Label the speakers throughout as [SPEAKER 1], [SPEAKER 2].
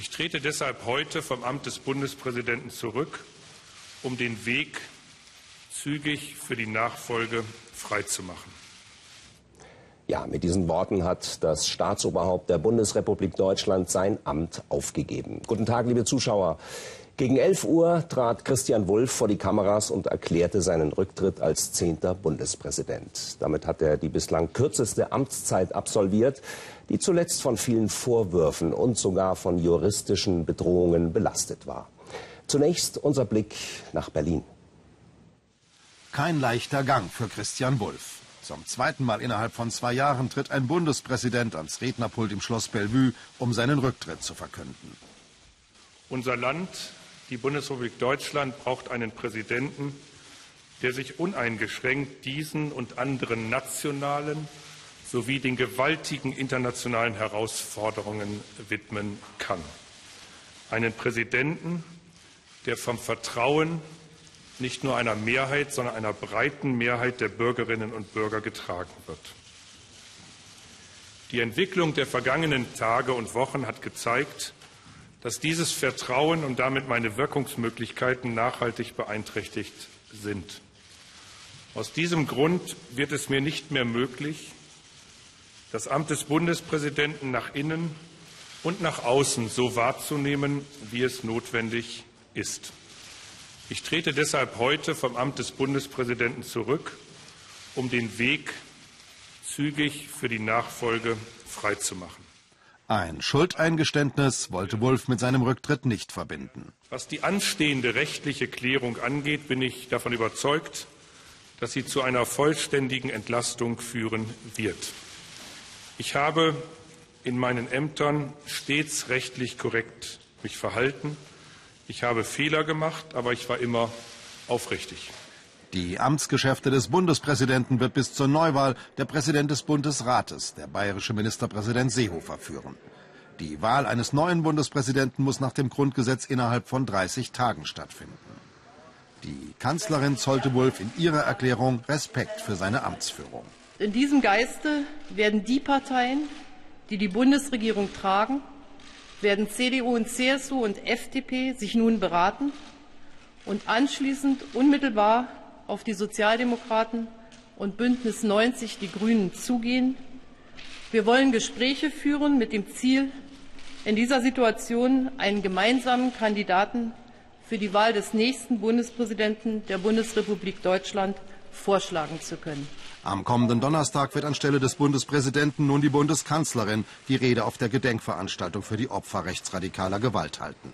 [SPEAKER 1] Ich trete deshalb heute vom Amt des Bundespräsidenten zurück, um den Weg zügig für die Nachfolge freizumachen.
[SPEAKER 2] Ja, mit diesen Worten hat das Staatsoberhaupt der Bundesrepublik Deutschland sein Amt aufgegeben. Guten Tag, liebe Zuschauer. Gegen 11 Uhr trat Christian Wulff vor die Kameras und erklärte seinen Rücktritt als 10. Bundespräsident. Damit hat er die bislang kürzeste Amtszeit absolviert, die zuletzt von vielen Vorwürfen und sogar von juristischen Bedrohungen belastet war. Zunächst unser Blick nach Berlin.
[SPEAKER 3] Kein leichter Gang für Christian Wulff. Zum zweiten Mal innerhalb von 2 Jahren tritt ein Bundespräsident ans Rednerpult im Schloss Bellevue, um seinen Rücktritt zu verkünden.
[SPEAKER 1] Unser Land, die Bundesrepublik Deutschland, braucht einen Präsidenten, der sich uneingeschränkt diesen und anderen nationalen sowie den gewaltigen internationalen Herausforderungen widmen kann. Einen Präsidenten, der vom Vertrauen nicht nur einer Mehrheit, sondern einer breiten Mehrheit der Bürgerinnen und Bürger getragen wird. Die Entwicklung der vergangenen Tage und Wochen hat gezeigt, dass dieses Vertrauen und damit meine Wirkungsmöglichkeiten nachhaltig beeinträchtigt sind. Aus diesem Grund wird es mir nicht mehr möglich, das Amt des Bundespräsidenten nach innen und nach außen so wahrzunehmen, wie es notwendig ist. Ich trete deshalb heute vom Amt des Bundespräsidenten zurück, um den Weg zügig für die Nachfolge freizumachen.
[SPEAKER 3] Ein Schuldeingeständnis wollte Wulff mit seinem Rücktritt nicht verbinden.
[SPEAKER 1] Was die anstehende rechtliche Klärung angeht, bin ich davon überzeugt, dass sie zu einer vollständigen Entlastung führen wird. Ich habe in meinen Ämtern stets rechtlich korrekt mich verhalten. Ich habe Fehler gemacht, aber ich war immer aufrichtig.
[SPEAKER 3] Die Amtsgeschäfte des Bundespräsidenten wird bis zur Neuwahl der Präsident des Bundesrates, der bayerische Ministerpräsident Seehofer, führen. Die Wahl eines neuen Bundespräsidenten muss nach dem Grundgesetz innerhalb von 30 Tagen stattfinden. Die Kanzlerin zollte Wulff in ihrer Erklärung Respekt für seine Amtsführung.
[SPEAKER 4] In diesem Geiste werden die Parteien, die die Bundesregierung tragen, werden CDU und CSU und FDP sich nun beraten und anschließend unmittelbar auf die Sozialdemokraten und Bündnis 90 die Grünen zugehen. Wir wollen Gespräche führen mit dem Ziel, in dieser Situation einen gemeinsamen Kandidaten für die Wahl des nächsten Bundespräsidenten der Bundesrepublik Deutschland vorschlagen zu können.
[SPEAKER 3] Am kommenden Donnerstag wird anstelle des Bundespräsidenten nun die Bundeskanzlerin die Rede auf der Gedenkveranstaltung für die Opfer rechtsradikaler Gewalt halten.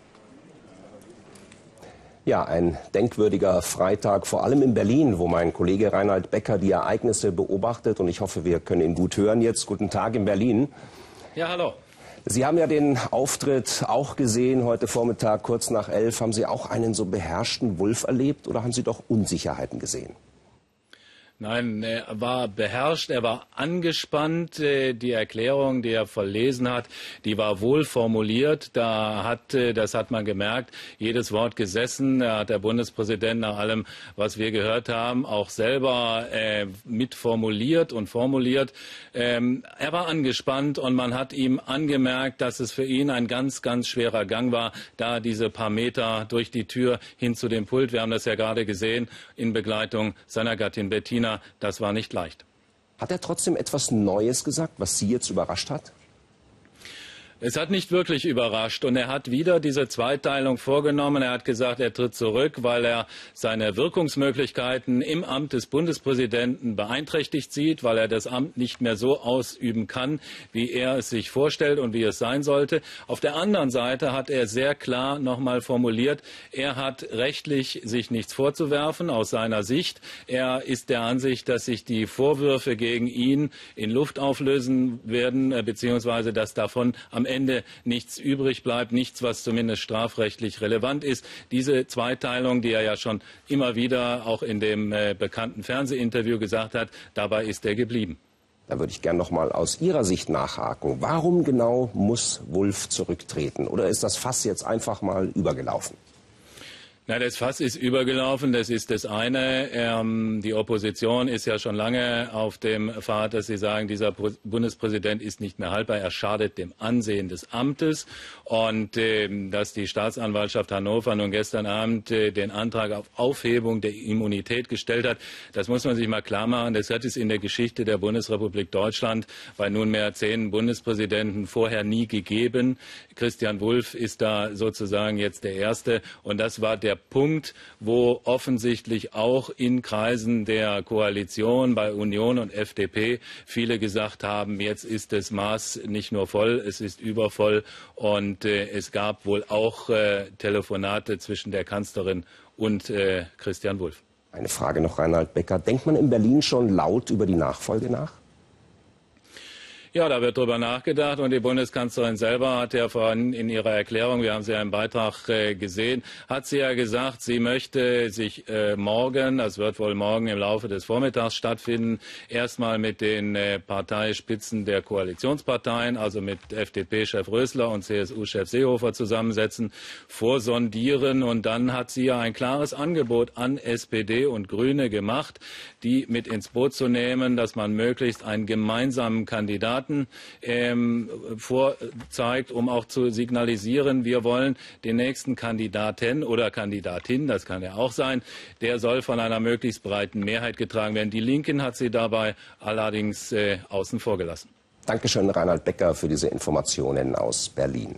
[SPEAKER 2] Ja, ein denkwürdiger Freitag, vor allem in Berlin, wo mein Kollege Reinhard Becker die Ereignisse beobachtet. Und ich hoffe, wir können ihn gut hören jetzt. Guten Tag in Berlin.
[SPEAKER 5] Ja, hallo.
[SPEAKER 2] Sie haben ja den Auftritt auch gesehen, heute Vormittag, kurz nach 11. Haben Sie auch einen so beherrschten Wulff erlebt oder haben Sie doch Unsicherheiten gesehen?
[SPEAKER 5] Nein, er war beherrscht, er war angespannt. Die Erklärung, die er verlesen hat, die war wohl formuliert. Das hat man gemerkt, jedes Wort gesessen. Da hat der Bundespräsident nach allem, was wir gehört haben, auch selber mitformuliert und formuliert. Er war angespannt und man hat ihm angemerkt, dass es für ihn ein ganz, ganz schwerer Gang war, da diese paar Meter durch die Tür hin zu dem Pult. Wir haben das ja gerade gesehen, in Begleitung seiner Gattin Bettina. Das war nicht leicht.
[SPEAKER 2] Hat er trotzdem etwas Neues gesagt, was Sie jetzt überrascht hat?
[SPEAKER 5] Es hat nicht wirklich überrascht und er hat wieder diese Zweiteilung vorgenommen. Er hat gesagt, er tritt zurück, weil er seine Wirkungsmöglichkeiten im Amt des Bundespräsidenten beeinträchtigt sieht, weil er das Amt nicht mehr so ausüben kann, wie er es sich vorstellt und wie es sein sollte. Auf der anderen Seite hat er sehr klar noch mal formuliert, er hat rechtlich sich nichts vorzuwerfen aus seiner Sicht. Er ist der Ansicht, dass sich die Vorwürfe gegen ihn in Luft auflösen werden, beziehungsweise dass davon am Ende nichts übrig bleibt, nichts, was zumindest strafrechtlich relevant ist. Diese Zweiteilung, die er ja schon immer wieder auch in dem bekannten Fernsehinterview gesagt hat, dabei ist er geblieben.
[SPEAKER 2] Da würde ich gerne noch mal aus Ihrer Sicht nachhaken. Warum genau muss Wulff zurücktreten? Oder ist das Fass jetzt einfach mal übergelaufen?
[SPEAKER 5] Na, das Fass ist übergelaufen, das ist das eine. Die Opposition ist ja schon lange auf dem Pfad, dass sie sagen, dieser Bundespräsident ist nicht mehr haltbar, er schadet dem Ansehen des Amtes. Und dass die Staatsanwaltschaft Hannover nun gestern Abend den Antrag auf Aufhebung der Immunität gestellt hat, das muss man sich mal klar machen. Das hat es in der Geschichte der Bundesrepublik Deutschland bei nunmehr 10 Bundespräsidenten vorher nie gegeben. Christian Wulff ist da sozusagen jetzt der Erste. Und das war der Punkt, wo offensichtlich auch in Kreisen der Koalition bei Union und FDP viele gesagt haben, jetzt ist das Maß nicht nur voll, es ist übervoll. Und es gab wohl auch Telefonate zwischen der Kanzlerin und Christian Wulff.
[SPEAKER 2] Eine Frage noch, Reinhard Becker. Denkt man in Berlin schon laut über die Nachfolge nach?
[SPEAKER 5] Ja, da wird drüber nachgedacht und die Bundeskanzlerin selber hat ja vorhin in ihrer Erklärung, wir haben sie ja im Beitrag gesehen, hat sie ja gesagt, sie möchte sich morgen, das wird wohl morgen im Laufe des Vormittags stattfinden, erstmal mit den Parteispitzen der Koalitionsparteien, also mit FDP-Chef Rösler und CSU-Chef Seehofer zusammensetzen, vorsondieren und dann hat sie ja ein klares Angebot an SPD und Grüne gemacht, die mit ins Boot zu nehmen, dass man möglichst einen gemeinsamen Kandidaten vorzeigt, um auch zu signalisieren, wir wollen den nächsten Kandidaten oder Kandidatin, das kann ja auch sein, der soll von einer möglichst breiten Mehrheit getragen werden. Die Linken hat sie dabei allerdings außen vor gelassen.
[SPEAKER 2] Dankeschön, Reinhard Becker, für diese Informationen aus Berlin.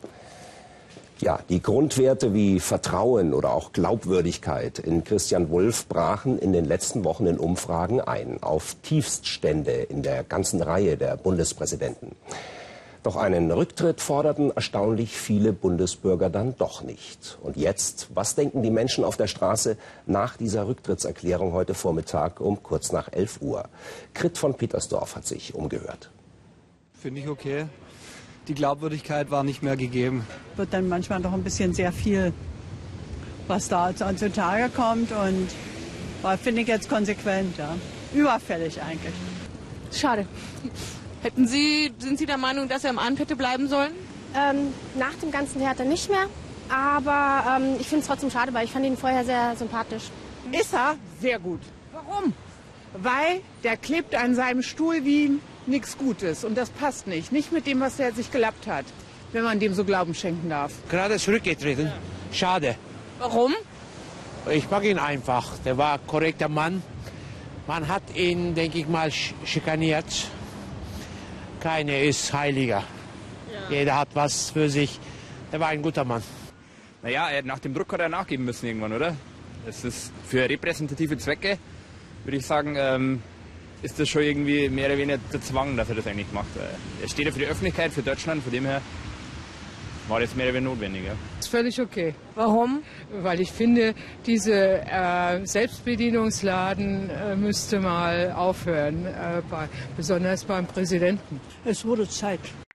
[SPEAKER 2] Ja, die Grundwerte wie Vertrauen oder auch Glaubwürdigkeit in Christian Wulff brachen in den letzten Wochen in Umfragen ein, auf Tiefststände in der ganzen Reihe der Bundespräsidenten. Doch einen Rücktritt forderten erstaunlich viele Bundesbürger dann doch nicht. Und jetzt, was denken die Menschen auf der Straße nach dieser Rücktrittserklärung heute Vormittag um kurz nach 11 Uhr? Grit von Petersdorf hat sich umgehört.
[SPEAKER 6] Finde ich okay. Die Glaubwürdigkeit war nicht mehr gegeben.
[SPEAKER 7] Wird dann manchmal doch ein bisschen sehr viel, was da zutage kommt und finde ich jetzt konsequent, ja. Überfällig eigentlich.
[SPEAKER 8] Schade. Sind Sie der Meinung, dass er im Amt hätte bleiben sollen?
[SPEAKER 9] Nach dem ganzen Theater nicht mehr, aber ich finde es trotzdem schade, weil ich fand ihn vorher sehr sympathisch.
[SPEAKER 10] Ist er sehr gut. Warum? Weil der klebt an seinem Stuhl wie nichts Gutes und das passt nicht. Nicht mit dem, was er sich gelappt hat, wenn man dem so Glauben schenken darf.
[SPEAKER 11] Gerade zurückgetreten. Schade.
[SPEAKER 8] Warum?
[SPEAKER 11] Ich mag ihn einfach. Der war ein korrekter Mann. Man hat ihn, denke ich mal, schikaniert. Keiner ist heiliger. Ja. Jeder hat was für sich. Er war ein guter Mann.
[SPEAKER 12] Naja, nach dem Druck hat er nachgeben müssen irgendwann, oder? Es ist für repräsentative Zwecke, würde ich sagen, ist das schon irgendwie mehr oder weniger der Zwang, dass er das eigentlich macht. Er steht ja für die Öffentlichkeit, für Deutschland, von dem her war das mehr oder weniger notwendig. Ja.
[SPEAKER 13] Das ist völlig okay.
[SPEAKER 8] Warum?
[SPEAKER 13] Weil ich finde, diese Selbstbedienungsladen müsste mal aufhören, besonders beim Präsidenten.
[SPEAKER 14] Es wurde Zeit.